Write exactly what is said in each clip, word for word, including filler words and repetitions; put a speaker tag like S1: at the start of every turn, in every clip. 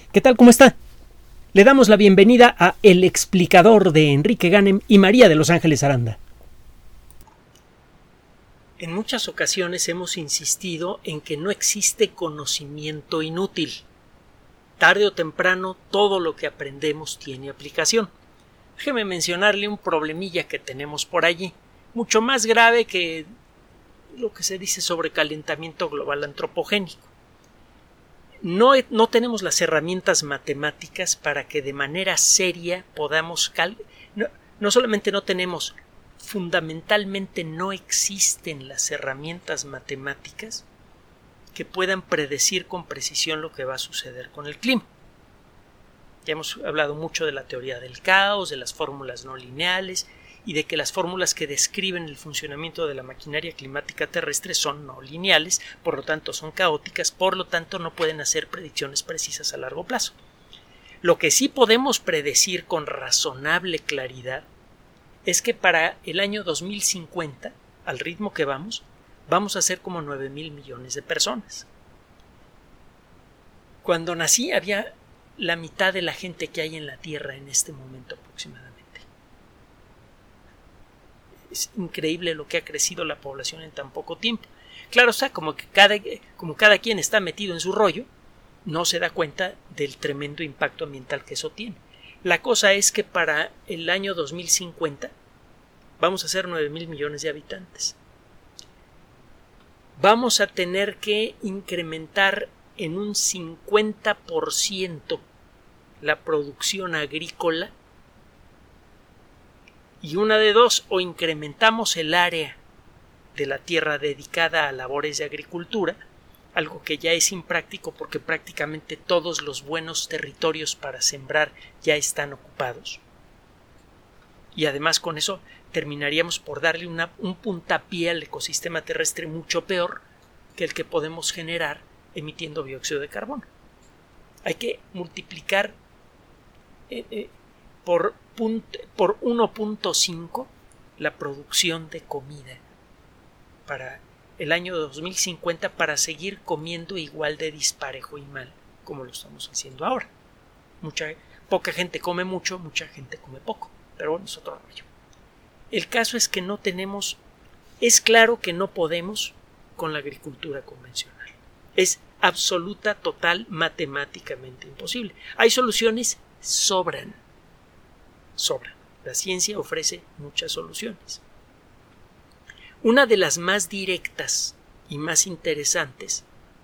S1: ¿Qué tal? ¿Cómo está? Le damos la bienvenida a El Explicador de Enrique Ganem y María de Los Ángeles Aranda. En muchas ocasiones hemos insistido en que no existe conocimiento inútil. Tarde o temprano todo lo que aprendemos tiene aplicación. Déjeme mencionarle un problemilla que tenemos por allí, mucho más grave que lo que se dice sobre calentamiento global antropogénico. No, no tenemos las herramientas matemáticas para que de manera seria podamos... Cal no, no solamente no tenemos, fundamentalmente no existen las herramientas matemáticas que puedan predecir con precisión lo que va a suceder con el clima. Ya hemos hablado mucho de la teoría del caos, de las fórmulas no lineales y de que las fórmulas que describen el funcionamiento de la maquinaria climática terrestre son no lineales, por lo tanto son caóticas, por lo tanto no pueden hacer predicciones precisas a largo plazo. Lo que sí podemos predecir con razonable claridad es que para el año dos mil cincuenta, al ritmo que vamos, vamos a ser como nueve mil millones de personas. Cuando nací había la mitad de la gente que hay en la Tierra en este momento aproximadamente. Es increíble lo que ha crecido la población en tan poco tiempo. Claro está, como que cada, como cada quien está metido en su rollo, no se da cuenta del tremendo impacto ambiental que eso tiene. La cosa es que para el año dos mil cincuenta vamos a ser nueve mil millones de habitantes. Vamos a tener que incrementar en un cincuenta por ciento la producción agrícola. Y una de dos, o incrementamos el área de la tierra dedicada a labores de agricultura, algo que ya es impráctico porque prácticamente todos los buenos territorios para sembrar ya están ocupados. Y además con eso terminaríamos por darle una, un puntapié al ecosistema terrestre mucho peor que el que podemos generar emitiendo dióxido de carbono. Hay que multiplicar eh, eh, por por uno punto cinco la producción de comida para el año dos mil cincuenta para seguir comiendo igual de disparejo y mal como lo estamos haciendo ahora. Mucha, poca gente come mucho, mucha gente come poco, pero bueno, es otro rollo. El caso es que no tenemos, es claro que no podemos con la agricultura convencional. Es absoluta, total, matemáticamente imposible. Hay soluciones, sobran. Sobra. La ciencia ofrece muchas soluciones. Una de las más directas y más interesantes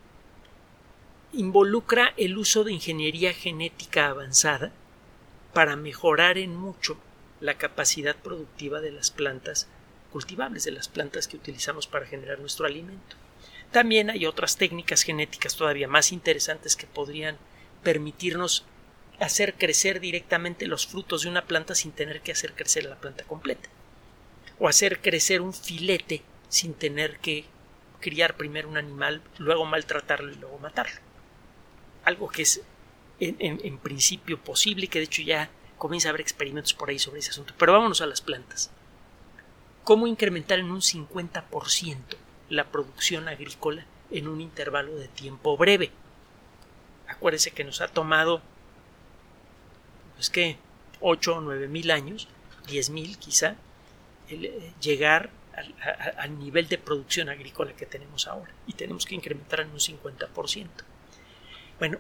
S1: involucra el uso de ingeniería genética avanzada para mejorar en mucho la capacidad productiva de las plantas cultivables, de las plantas que utilizamos para generar nuestro alimento. También hay otras técnicas genéticas todavía más interesantes que podrían permitirnos hacer crecer directamente los frutos de una planta sin tener que hacer crecer la planta completa, o hacer crecer un filete sin tener que criar primero un animal, luego maltratarlo y luego matarlo. Algo que es en, en, en principio posible, que de hecho ya comienza a haber experimentos por ahí sobre ese asunto. Pero vámonos a las plantas. ¿Cómo incrementar en un cincuenta por ciento la producción agrícola en un intervalo de tiempo breve? Acuérdese que nos ha tomado es que ocho o nueve mil años, diez mil quizá, el, eh, llegar al, a, al nivel de producción agrícola que tenemos ahora, y tenemos que incrementar en un cincuenta por ciento. Bueno,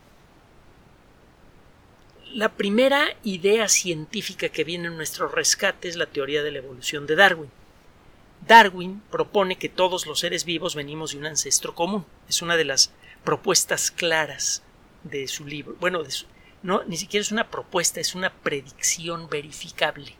S1: la primera idea científica que viene en nuestro rescate es la teoría de la evolución de Darwin. Darwin propone que todos los seres vivos venimos de un ancestro común. Es una de las propuestas claras de su libro, bueno, de su No, ni siquiera es una propuesta, es una predicción verificable.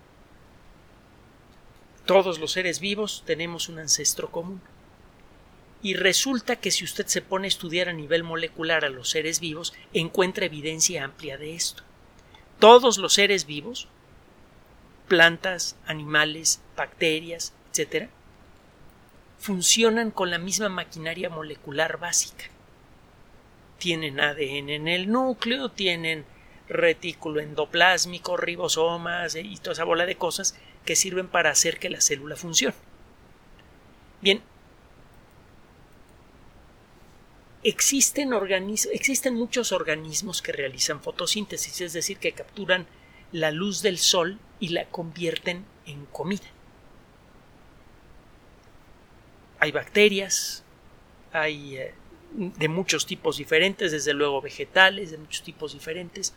S1: Todos los seres vivos tenemos un ancestro común. Y resulta que si usted se pone a estudiar a nivel molecular a los seres vivos, encuentra evidencia amplia de esto. Todos los seres vivos, plantas, animales, bacterias, etcétera, funcionan con la misma maquinaria molecular básica. Tienen A D N en el núcleo, tienen retículo endoplásmico, ribosomas y toda esa bola de cosas que sirven para hacer que la célula funcione. Bien, existen, organiz- existen muchos organismos que realizan fotosíntesis, es decir, que capturan la luz del sol y la convierten en comida. Hay bacterias, hay eh, de muchos tipos diferentes, desde luego vegetales, de muchos tipos diferentes.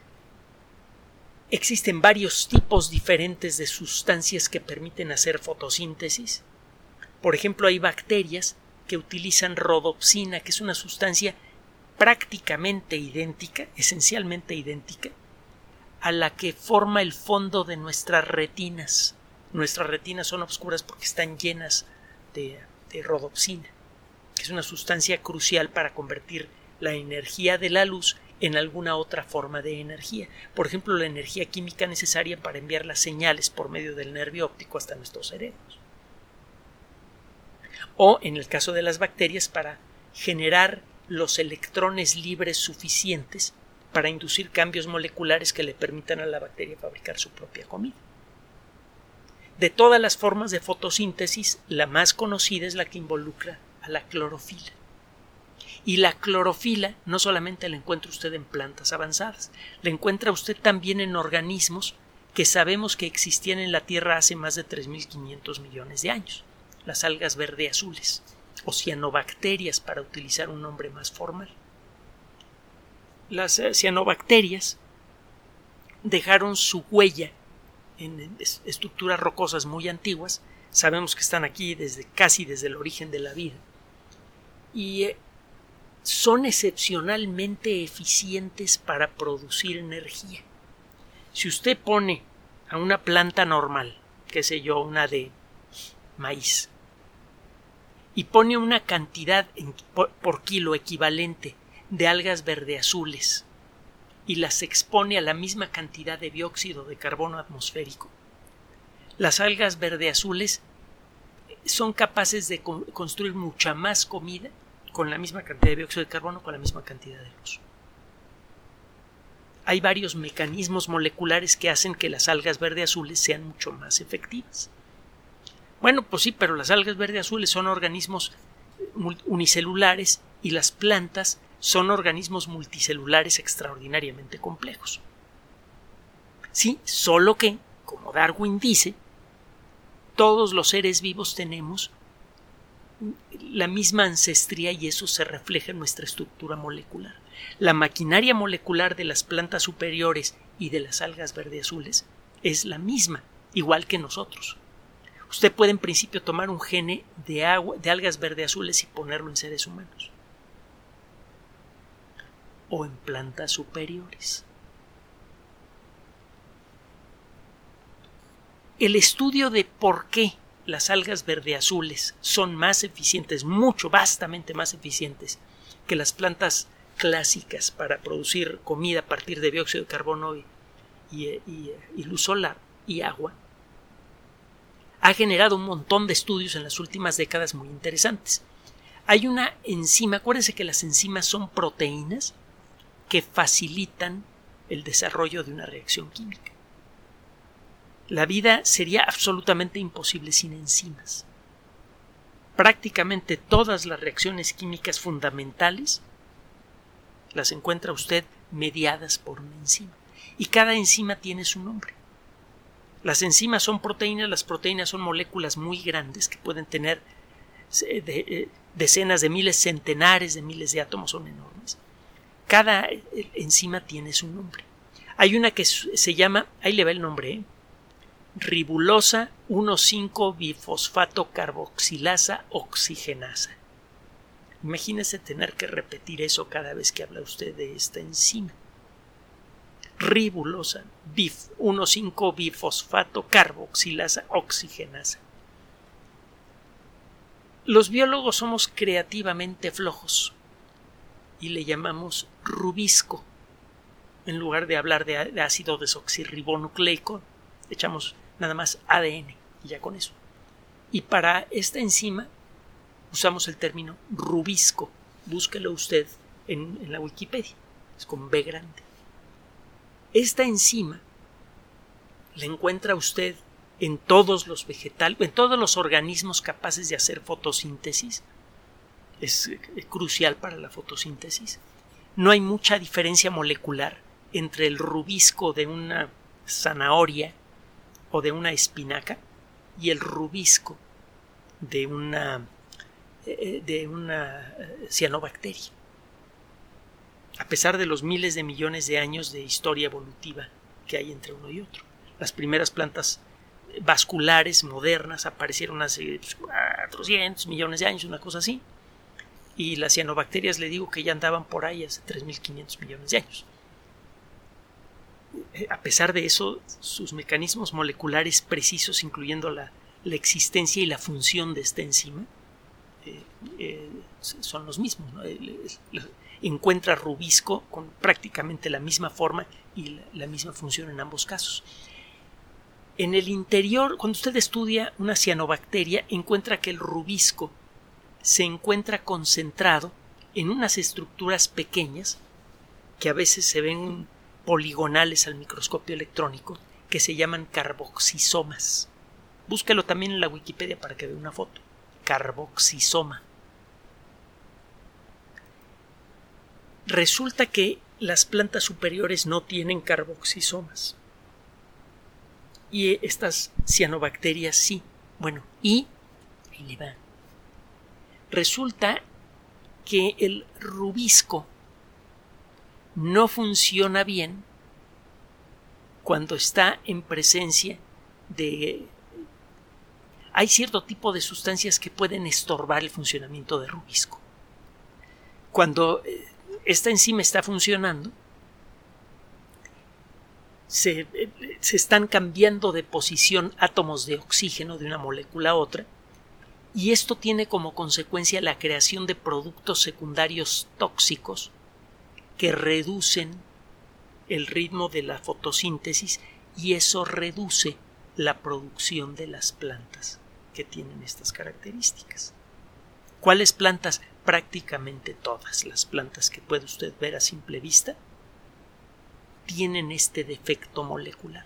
S1: Existen varios tipos diferentes de sustancias que permiten hacer fotosíntesis. Por ejemplo, hay bacterias que utilizan rodopsina, que es una sustancia prácticamente idéntica, esencialmente idéntica, a la que forma el fondo de nuestras retinas. Nuestras retinas son oscuras porque están llenas de, de rodopsina, que es una sustancia crucial para convertir la energía de la luz en alguna otra forma de energía. Por ejemplo, la energía química necesaria para enviar las señales por medio del nervio óptico hasta nuestros cerebros. O, en el caso de las bacterias, para generar los electrones libres suficientes para inducir cambios moleculares que le permitan a la bacteria fabricar su propia comida. De todas las formas de fotosíntesis, la más conocida es la que involucra a la clorofila. Y la clorofila no solamente la encuentra usted en plantas avanzadas, la encuentra usted también en organismos que sabemos que existían en la Tierra hace más de tres mil quinientos millones de años, las algas verde azules, o cianobacterias para utilizar un nombre más formal. Las cianobacterias dejaron su huella en estructuras rocosas muy antiguas, sabemos que están aquí desde casi desde el origen de la vida, y son excepcionalmente eficientes para producir energía. Si usted pone a una planta normal, qué sé yo, una de maíz, y pone una cantidad en, por, por kilo equivalente de algas verdeazules y las expone a la misma cantidad de dióxido de carbono atmosférico, las algas verdeazules son capaces de co- construir mucha más comida con la misma cantidad de dióxido de carbono, con la misma cantidad de luz. Hay varios mecanismos moleculares que hacen que las algas verde azules sean mucho más efectivas. Bueno, pues sí, pero las algas verde azules son organismos unicelulares y las plantas son organismos multicelulares extraordinariamente complejos. Sí, solo que, como Darwin dice, todos los seres vivos tenemos la misma ancestría y eso se refleja en nuestra estructura molecular. La maquinaria molecular de las plantas superiores y de las algas verde azules es la misma, igual que nosotros. Usted puede en principio tomar un gene de agua, de algas verde azules y ponerlo en seres humanos o en plantas superiores. El estudio de por qué las algas verde azules son más eficientes, mucho, vastamente más eficientes que las plantas clásicas para producir comida a partir de dióxido de carbono y, y, y, y luz solar y agua, ha generado un montón de estudios en las últimas décadas muy interesantes. Hay una enzima, acuérdense que las enzimas son proteínas que facilitan el desarrollo de una reacción química. La vida sería absolutamente imposible sin enzimas. Prácticamente todas las reacciones químicas fundamentales las encuentra usted mediadas por una enzima. Y cada enzima tiene su nombre. Las enzimas son proteínas, las proteínas son moléculas muy grandes que pueden tener decenas de miles, centenares de miles de átomos, son enormes. Cada enzima tiene su nombre. Hay una que se llama, ahí le va el nombre, ¿eh? ribulosa uno cinco bifosfato carboxilasa oxigenasa. Imagínese tener que repetir eso cada vez que habla usted de esta enzima. Ribulosa uno cinco bifosfato carboxilasa oxigenasa. Los biólogos somos creativamente flojos y le llamamos rubisco. En lugar de hablar de, de ácido desoxirribonucleico, echamos nada más A D N y ya con eso. Y para esta enzima usamos el término rubisco. Búsquelo usted en, en la Wikipedia. Es con B grande. Esta enzima la encuentra usted en todos los vegetales, en todos los organismos capaces de hacer fotosíntesis. es eh, crucial para la fotosíntesis. No hay mucha diferencia molecular entre el rubisco de una zanahoria o de una espinaca y el rubisco de una, eh, de una cianobacteria, a pesar de los miles de millones de años de historia evolutiva que hay entre uno y otro. Las primeras plantas vasculares modernas aparecieron hace cuatrocientos millones de años, una cosa así, y las cianobacterias, le digo que ya andaban por ahí hace tres mil quinientos millones de años. A pesar de eso, sus mecanismos moleculares precisos, incluyendo la, la existencia y la función de esta enzima, eh, eh, son los mismos, ¿no? Encuentra rubisco con prácticamente la misma forma y la, la misma función en ambos casos. En el interior, cuando usted estudia una cianobacteria, encuentra que el rubisco se encuentra concentrado en unas estructuras pequeñas que a veces se ven poligonales al microscopio electrónico, que se llaman carboxisomas. Búsquelo también en la Wikipedia para que vea una foto. Carboxisoma. Resulta que las plantas superiores no tienen carboxisomas y estas cianobacterias sí. Bueno, y ahí le va. Resulta que el rubisco no funciona bien cuando está en presencia de... Hay cierto tipo de sustancias que pueden estorbar el funcionamiento del rubisco. Cuando esta enzima está funcionando, se, se están cambiando de posición átomos de oxígeno de una molécula a otra, y esto tiene como consecuencia la creación de productos secundarios tóxicos que reducen el ritmo de la fotosíntesis, y eso reduce la producción de las plantas que tienen estas características. ¿Cuáles plantas? Prácticamente todas las plantas que puede usted ver a simple vista tienen este defecto molecular.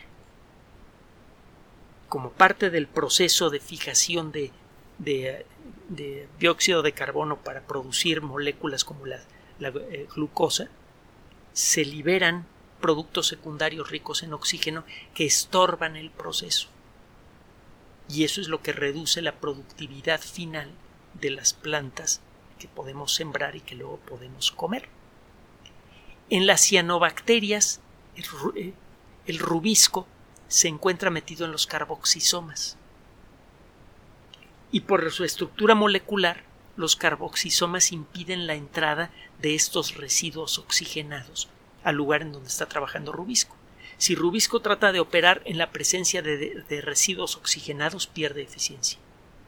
S1: Como parte del proceso de fijación de, de, de dióxido de carbono para producir moléculas como la, la eh, glucosa, se liberan productos secundarios ricos en oxígeno que estorban el proceso. Y eso es lo que reduce la productividad final de las plantas que podemos sembrar y que luego podemos comer. En las cianobacterias, el, el rubisco se encuentra metido en los carboxisomas. Y por su estructura molecular, los carboxisomas impiden la entrada de estos residuos oxigenados al lugar en donde está trabajando rubisco. Si rubisco trata de operar en la presencia de, de, de residuos oxigenados, pierde eficiencia.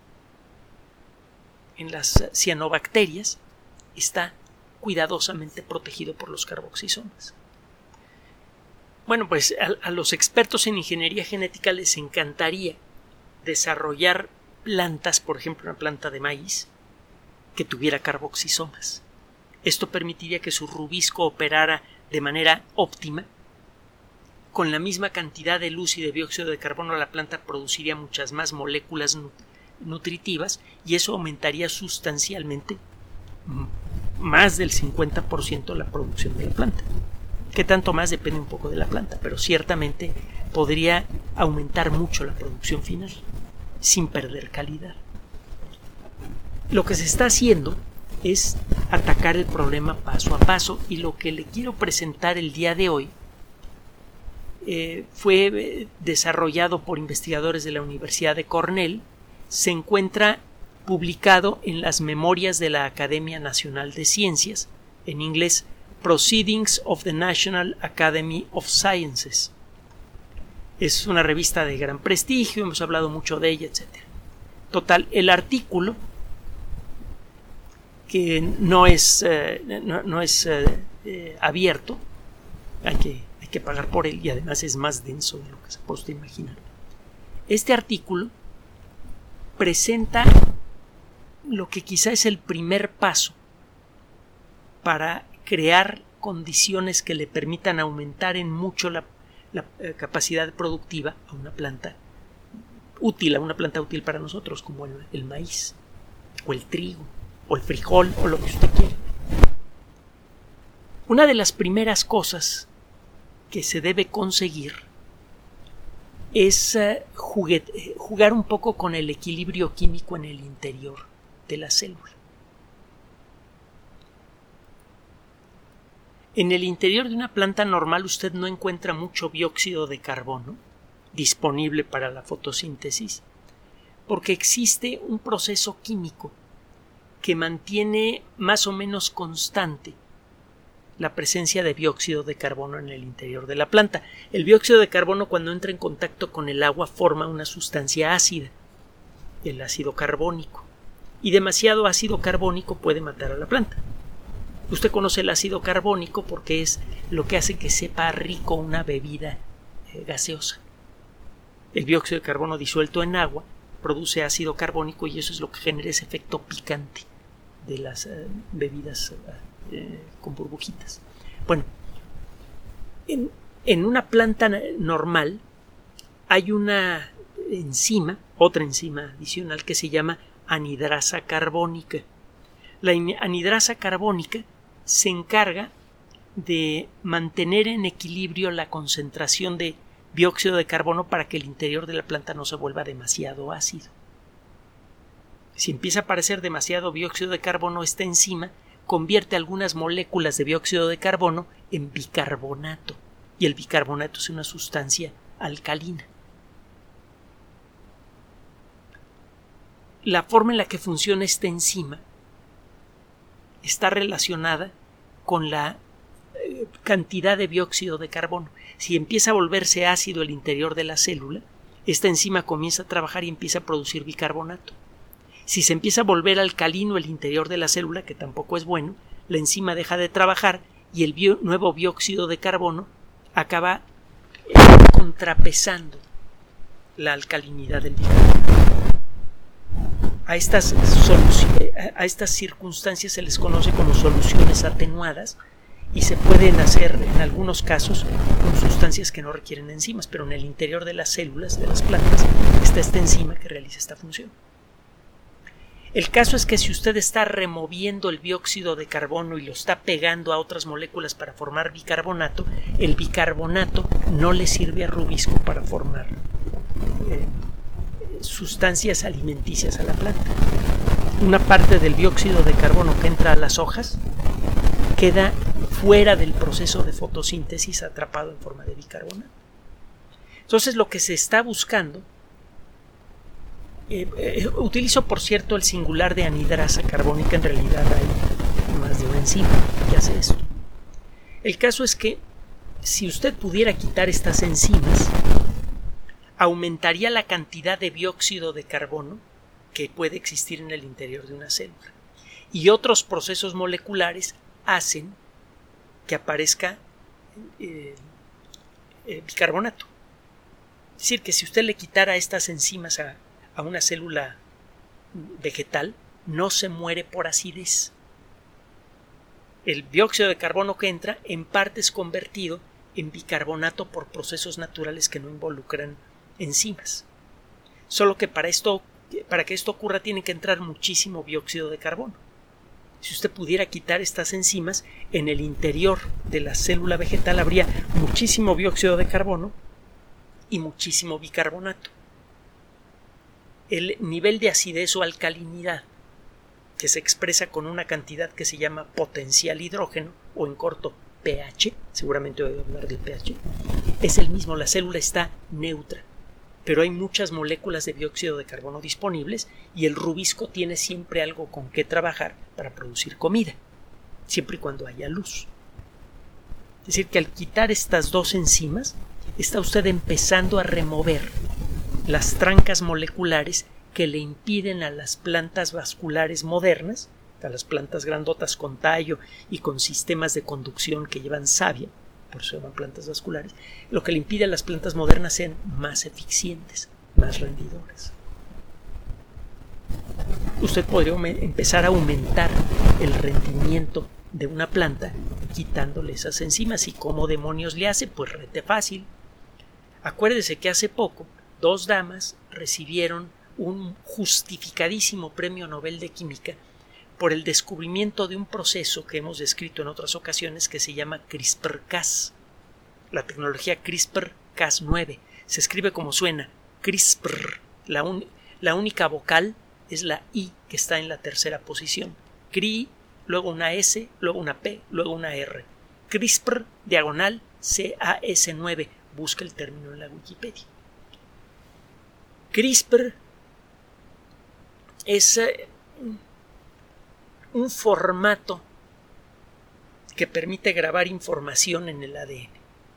S1: En las cianobacterias está cuidadosamente protegido por los carboxisomas. Bueno, pues a, a los expertos en ingeniería genética les encantaría desarrollar plantas, por ejemplo una planta de maíz, que tuviera carboxisomas. Esto permitiría que su rubisco operara de manera óptima. Con la misma cantidad de luz y de dióxido de carbono, la planta produciría muchas más moléculas nutritivas, y eso aumentaría sustancialmente, más del cincuenta por ciento, la producción de la planta. ¿Qué tanto más? Depende un poco de la planta, pero ciertamente podría aumentar mucho la producción final sin perder calidad. Lo que se está haciendo es atacar el problema paso a paso, y lo que le quiero presentar el día de hoy eh, fue eh, desarrollado por investigadores de la Universidad de Cornell. Se encuentra publicado en las Memorias de la Academia Nacional de Ciencias, en inglés Proceedings of the National Academy of Sciences. Es una revista de gran prestigio, hemos hablado mucho de ella, etcétera. Total, el artículo, que no es, eh, no, no es eh, eh, abierto, hay que, hay que pagar por él, y además es más denso de lo que se puede usted imaginar. Este artículo presenta lo que quizá es el primer paso para crear condiciones que le permitan aumentar en mucho la, la eh, capacidad productiva a una planta útil, a una planta útil para nosotros, como el, el maíz o el trigo. o el frijol o lo que usted quiera. Una de las primeras cosas que se debe conseguir es uh, juguet- jugar un poco con el equilibrio químico en el interior de la célula. En el interior de una planta normal usted no encuentra mucho dióxido de carbono disponible para la fotosíntesis, porque existe un proceso químico que mantiene más o menos constante la presencia de dióxido de carbono en el interior de la planta. El dióxido de carbono, cuando entra en contacto con el agua, forma una sustancia ácida, el ácido carbónico, y demasiado ácido carbónico puede matar a la planta. Usted conoce el ácido carbónico porque es lo que hace que sepa rico una bebida eh, gaseosa. El dióxido de carbono disuelto en agua produce ácido carbónico y eso es lo que genera ese efecto picante de las eh, bebidas eh, con burbujitas. Bueno, en, en una planta normal hay una enzima, otra enzima adicional que se llama anhidrasa carbónica. La anhidrasa carbónica se encarga de mantener en equilibrio la concentración de dióxido de carbono para que el interior de la planta no se vuelva demasiado ácido. Si empieza a aparecer demasiado dióxido de carbono, esta enzima convierte algunas moléculas de dióxido de carbono en bicarbonato, y el bicarbonato es una sustancia alcalina. La forma en la que funciona esta enzima está relacionada con la eh, cantidad de dióxido de carbono. Si empieza a volverse ácido el interior de la célula, esta enzima comienza a trabajar y empieza a producir bicarbonato. Si se empieza a volver alcalino el interior de la célula, que tampoco es bueno, la enzima deja de trabajar y el bio, nuevo dióxido de carbono acaba eh, contrapesando la alcalinidad del bicarbonato. A estas, a estas circunstancias se les conoce como soluciones atenuadas y se pueden hacer en algunos casos con sustancias que no requieren enzimas, pero en el interior de las células de las plantas está esta enzima que realiza esta función. El caso es que si usted está removiendo el dióxido de carbono y lo está pegando a otras moléculas para formar bicarbonato, el bicarbonato no le sirve a Rubisco para formar eh, sustancias alimenticias a la planta. Una parte del dióxido de carbono que entra a las hojas queda fuera del proceso de fotosíntesis, atrapado en forma de bicarbonato. Entonces lo que se está buscando, eh, eh, utilizo por cierto el singular de anhidrasa carbónica, en realidad hay más de una enzima que hace esto. El caso es que si usted pudiera quitar estas enzimas, aumentaría la cantidad de dióxido de carbono que puede existir en el interior de una célula. Y otros procesos moleculares hacen que aparezca eh, eh, bicarbonato. Es decir, que si usted le quitara estas enzimas a, a una célula vegetal, no se muere por acidez. El dióxido de carbono que entra en parte es convertido en bicarbonato por procesos naturales que no involucran enzimas. Solo que para esto, para que esto ocurra tiene que entrar muchísimo dióxido de carbono. Si usted pudiera quitar estas enzimas, en el interior de la célula vegetal habría muchísimo dióxido de carbono y muchísimo bicarbonato. El nivel de acidez o alcalinidad, que se expresa con una cantidad que se llama potencial hidrógeno, o en corto pH, seguramente voy a hablar del pH, es el mismo. La célula está neutra, pero hay muchas moléculas de dióxido de carbono disponibles y el Rubisco tiene siempre algo con que trabajar para producir comida, siempre y cuando haya luz. Es decir, que al quitar estas dos enzimas, está usted empezando a remover las trancas moleculares que le impiden a las plantas vasculares modernas, a las plantas grandotas con tallo y con sistemas de conducción que llevan savia, por eso se llaman plantas vasculares, lo que le impide a las plantas modernas ser más eficientes, más rendidoras. Usted podría empezar a aumentar el rendimiento de una planta quitándole esas enzimas. ¿Y cómo demonios le hace? Pues rete fácil. Acuérdese que hace poco dos damas recibieron un justificadísimo premio Nobel de Química por el descubrimiento de un proceso que hemos descrito en otras ocasiones que se llama CRISPR Cas. La tecnología CRISPR Cas nueve se escribe como suena, CRISPR. La, un, la única vocal es la I que está en la tercera posición. CRI, luego una S, luego una P, luego una R. CRISPR, diagonal, C A S nueve. Busca el término en la Wikipedia. CRISPR es eh, un formato que permite grabar información en el A D N.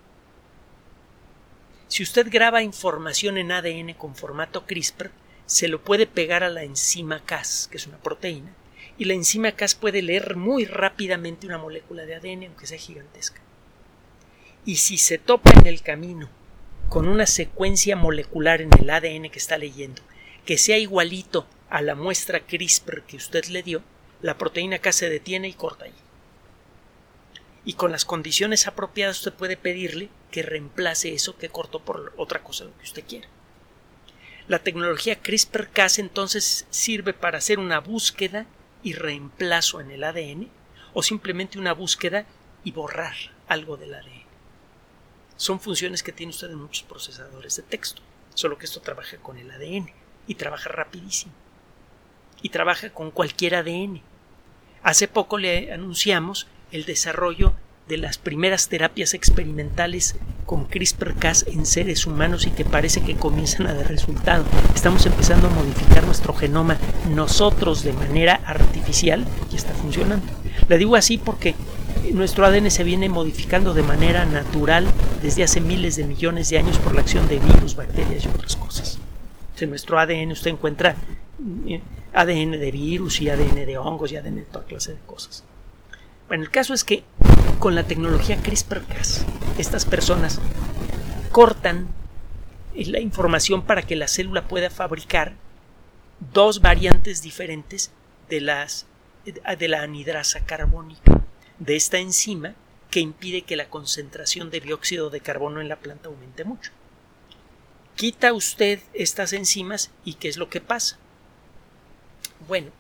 S1: Si usted graba información en A D N con formato CRISPR, se lo puede pegar a la enzima Cas, que es una proteína, y la enzima Cas puede leer muy rápidamente una molécula de A D N, aunque sea gigantesca. Y si se topa en el camino con una secuencia molecular en el A D N que está leyendo, que sea igualito a la muestra CRISPR que usted le dio, la proteína Cas se detiene y corta allí. Y con las condiciones apropiadas usted puede pedirle que reemplace eso que cortó por otra cosa, lo que usted quiera. La tecnología CRISPR Cas entonces sirve para hacer una búsqueda y reemplazo en el A D N, o simplemente una búsqueda y borrar algo del A D N. Son funciones que tiene usted en muchos procesadores de texto, solo que esto trabaja con el A D N y trabaja rapidísimo. Y trabaja con cualquier A D N. Hace poco le anunciamos el desarrollo de las primeras terapias experimentales con CRISPR Cas en seres humanos y que parece que comienzan a dar resultado. Estamos empezando a modificar nuestro genoma nosotros de manera artificial y está funcionando. Le digo así porque nuestro A D N se viene modificando de manera natural desde hace miles de millones de años por la acción de virus, bacterias y otras cosas. En nuestro A D N usted encuentra A D N de virus y A D N de hongos y A D N de toda clase de cosas. Bueno, el caso es que con la tecnología CRISPR Cas, estas personas cortan la información para que la célula pueda fabricar dos variantes diferentes de, las, de la anidrasa carbónica, de esta enzima que impide que la concentración de dióxido de carbono en la planta aumente mucho. Quita usted estas enzimas y ¿qué es lo que pasa? Bueno,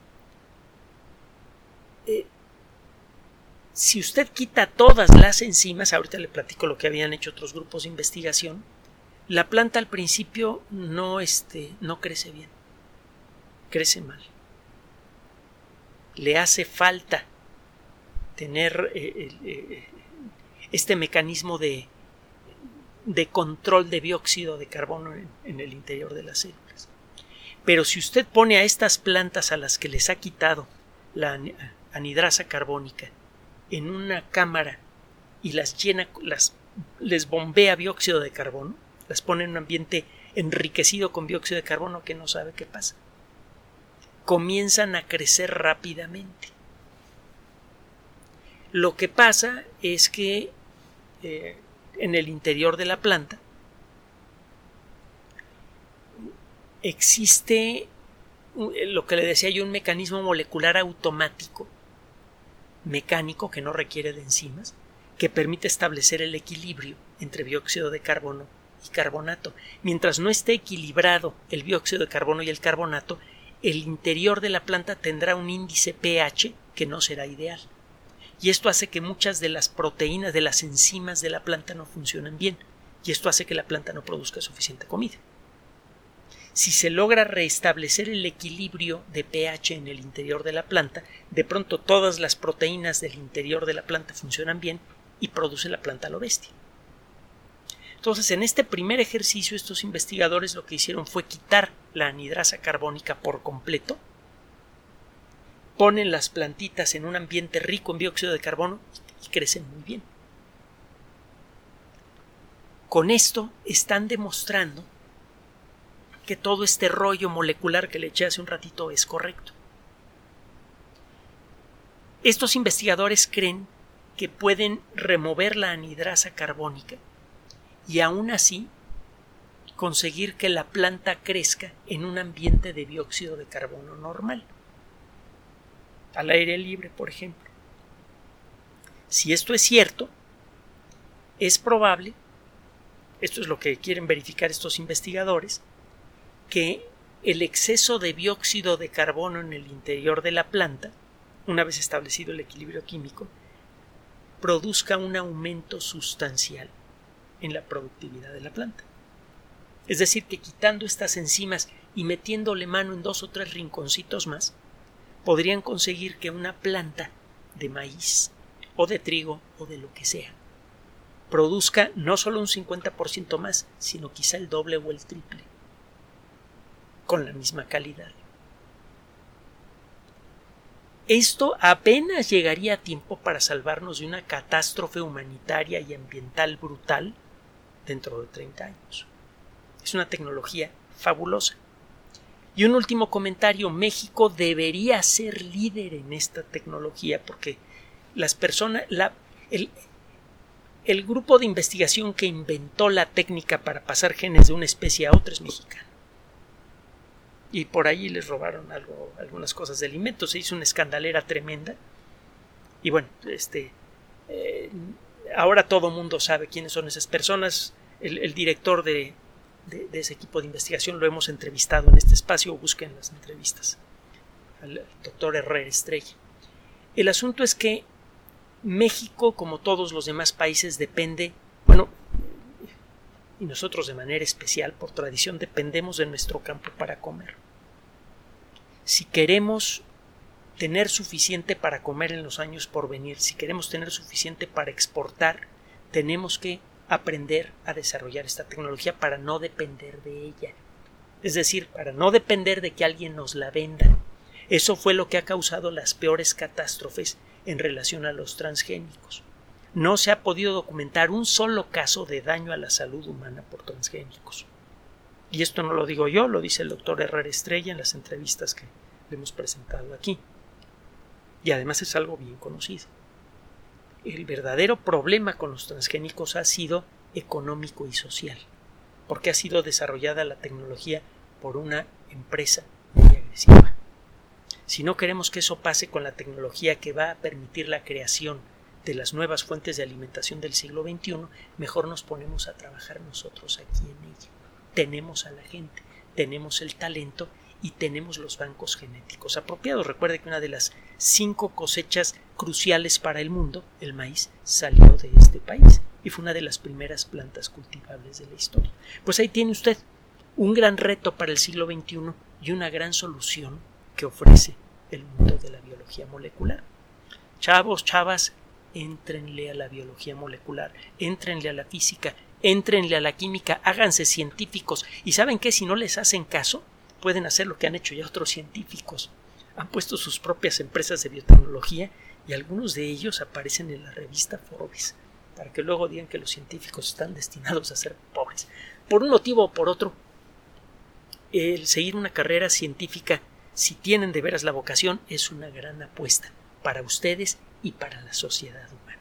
S1: eh, si usted quita todas las enzimas, ahorita le platico lo que habían hecho otros grupos de investigación, la planta al principio no, este, no crece bien, crece mal. Le hace falta tener eh, eh, este mecanismo de, de control de dióxido de carbono en, en el interior de las células. Pero si usted pone a estas plantas a las que les ha quitado la anidrasa carbónica en una cámara y las llena, las, les bombea dióxido de carbono, las pone en un ambiente enriquecido con dióxido de carbono que no sabe qué pasa, comienzan a crecer rápidamente. Lo que pasa es que eh, en el interior de la planta existe lo que le decía yo, un mecanismo molecular automático mecánico que no requiere de enzimas, que permite establecer el equilibrio entre dióxido de carbono y carbonato. Mientras no esté equilibrado el dióxido de carbono y el carbonato, el interior de la planta tendrá un índice pH que no será ideal. Y esto hace que muchas de las proteínas, de las enzimas de la planta no funcionen bien. Y esto hace que la planta no produzca suficiente comida. Si se logra restablecer el equilibrio de pH en el interior de la planta, de pronto todas las proteínas del interior de la planta funcionan bien y produce la planta a lo bestia. Entonces, en este primer ejercicio, estos investigadores lo que hicieron fue quitar la anidrasa carbónica por completo, ponen las plantitas en un ambiente rico en dióxido de carbono y crecen muy bien. Con esto están demostrando que todo este rollo molecular que le eché hace un ratito es correcto. Estos investigadores creen que pueden remover la anidrasa carbónica y aún así conseguir que la planta crezca en un ambiente de dióxido de carbono normal, al aire libre, por ejemplo. Si esto es cierto, es probable, esto es lo que quieren verificar estos investigadores, que el exceso de dióxido de carbono en el interior de la planta una vez establecido el equilibrio químico, produzca un aumento sustancial en la productividad de la planta. Es decir, que quitando estas enzimas y metiéndole mano en dos o tres rinconcitos más, podrían conseguir que una planta de maíz o de trigo o de lo que sea produzca no solo un cincuenta por ciento más, sino quizá el doble o el triple, con la misma calidad. Esto apenas llegaría a tiempo para salvarnos de una catástrofe humanitaria y ambiental brutal dentro de treinta años. Es una tecnología fabulosa. Y un último comentario: México debería ser líder en esta tecnología porque las personas, la, el, el grupo de investigación que inventó la técnica para pasar genes de una especie a otra es mexicano. Y por allí les robaron algo, algunas cosas del invento. Se hizo una escandalera tremenda. Y bueno, este, eh, ahora todo mundo sabe quiénes son esas personas. El, el director de, de, de ese equipo de investigación lo hemos entrevistado en este espacio. Busquen las entrevistas al doctor Herrera Estrella. El asunto es que México, como todos los demás países, depende, bueno, y nosotros de manera especial, por tradición, dependemos de nuestro campo para comer. Si queremos tener suficiente para comer en los años por venir, si queremos tener suficiente para exportar, tenemos que aprender a desarrollar esta tecnología para no depender de ella. Es decir, para no depender de que alguien nos la venda. Eso fue lo que ha causado las peores catástrofes en relación a los transgénicos. No se ha podido documentar un solo caso de daño a la salud humana por transgénicos. Y esto no lo digo yo, lo dice el doctor Herrera Estrella en las entrevistas que le hemos presentado aquí. Y además es algo bien conocido. El verdadero problema con los transgénicos ha sido económico y social, porque ha sido desarrollada la tecnología por una empresa muy agresiva. Si no queremos que eso pase con la tecnología que va a permitir la creación de las nuevas fuentes de alimentación del siglo veintiuno, mejor nos ponemos a trabajar nosotros aquí en ella. Tenemos a la gente, tenemos el talento y tenemos los bancos genéticos apropiados. Recuerde que una de las cinco cosechas cruciales para el mundo, el maíz, salió de este país y fue una de las primeras plantas cultivables de la historia. Pues ahí tiene usted un gran reto para el siglo veintiuno y una gran solución que ofrece el mundo de la biología molecular. Chavos, chavas, éntrenle a la biología molecular, éntrenle a la física, éntrenle a la química, háganse científicos. ¿Y saben qué? Si no les hacen caso, pueden hacer lo que han hecho ya otros científicos. Han puesto sus propias empresas de biotecnología y algunos de ellos aparecen en la revista Forbes, para que luego digan que los científicos están destinados a ser pobres. Por un motivo o por otro, el seguir una carrera científica, si tienen de veras la vocación, es una gran apuesta para ustedes y para la sociedad humana.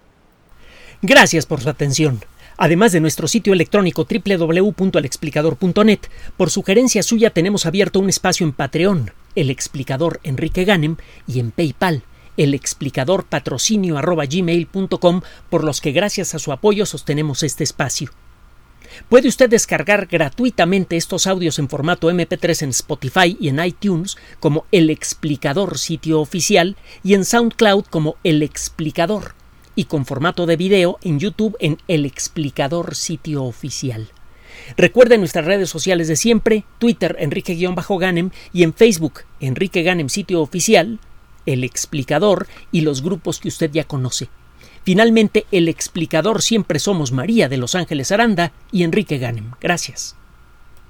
S2: Gracias por su atención. Además de nuestro sitio electrónico doble u doble u doble u punto el explicador punto net, por sugerencia suya tenemos abierto un espacio en Patreon, El Explicador Enrique Ganem, y en PayPal, el explicador patrocinio arroba gmail punto com, por los que gracias a su apoyo sostenemos este espacio. Puede usted descargar gratuitamente estos audios en formato eme pe tres en Spotify y en iTunes como El Explicador Sitio Oficial y en SoundCloud como El Explicador, y con formato de video en YouTube en El Explicador Sitio Oficial. Recuerde nuestras redes sociales de siempre: Twitter Enrique-Ganem y en Facebook Enrique Ganem Sitio Oficial, El Explicador y los grupos que usted ya conoce. Finalmente, El Explicador siempre somos María de Los Ángeles Aranda y Enrique Ganem. Gracias.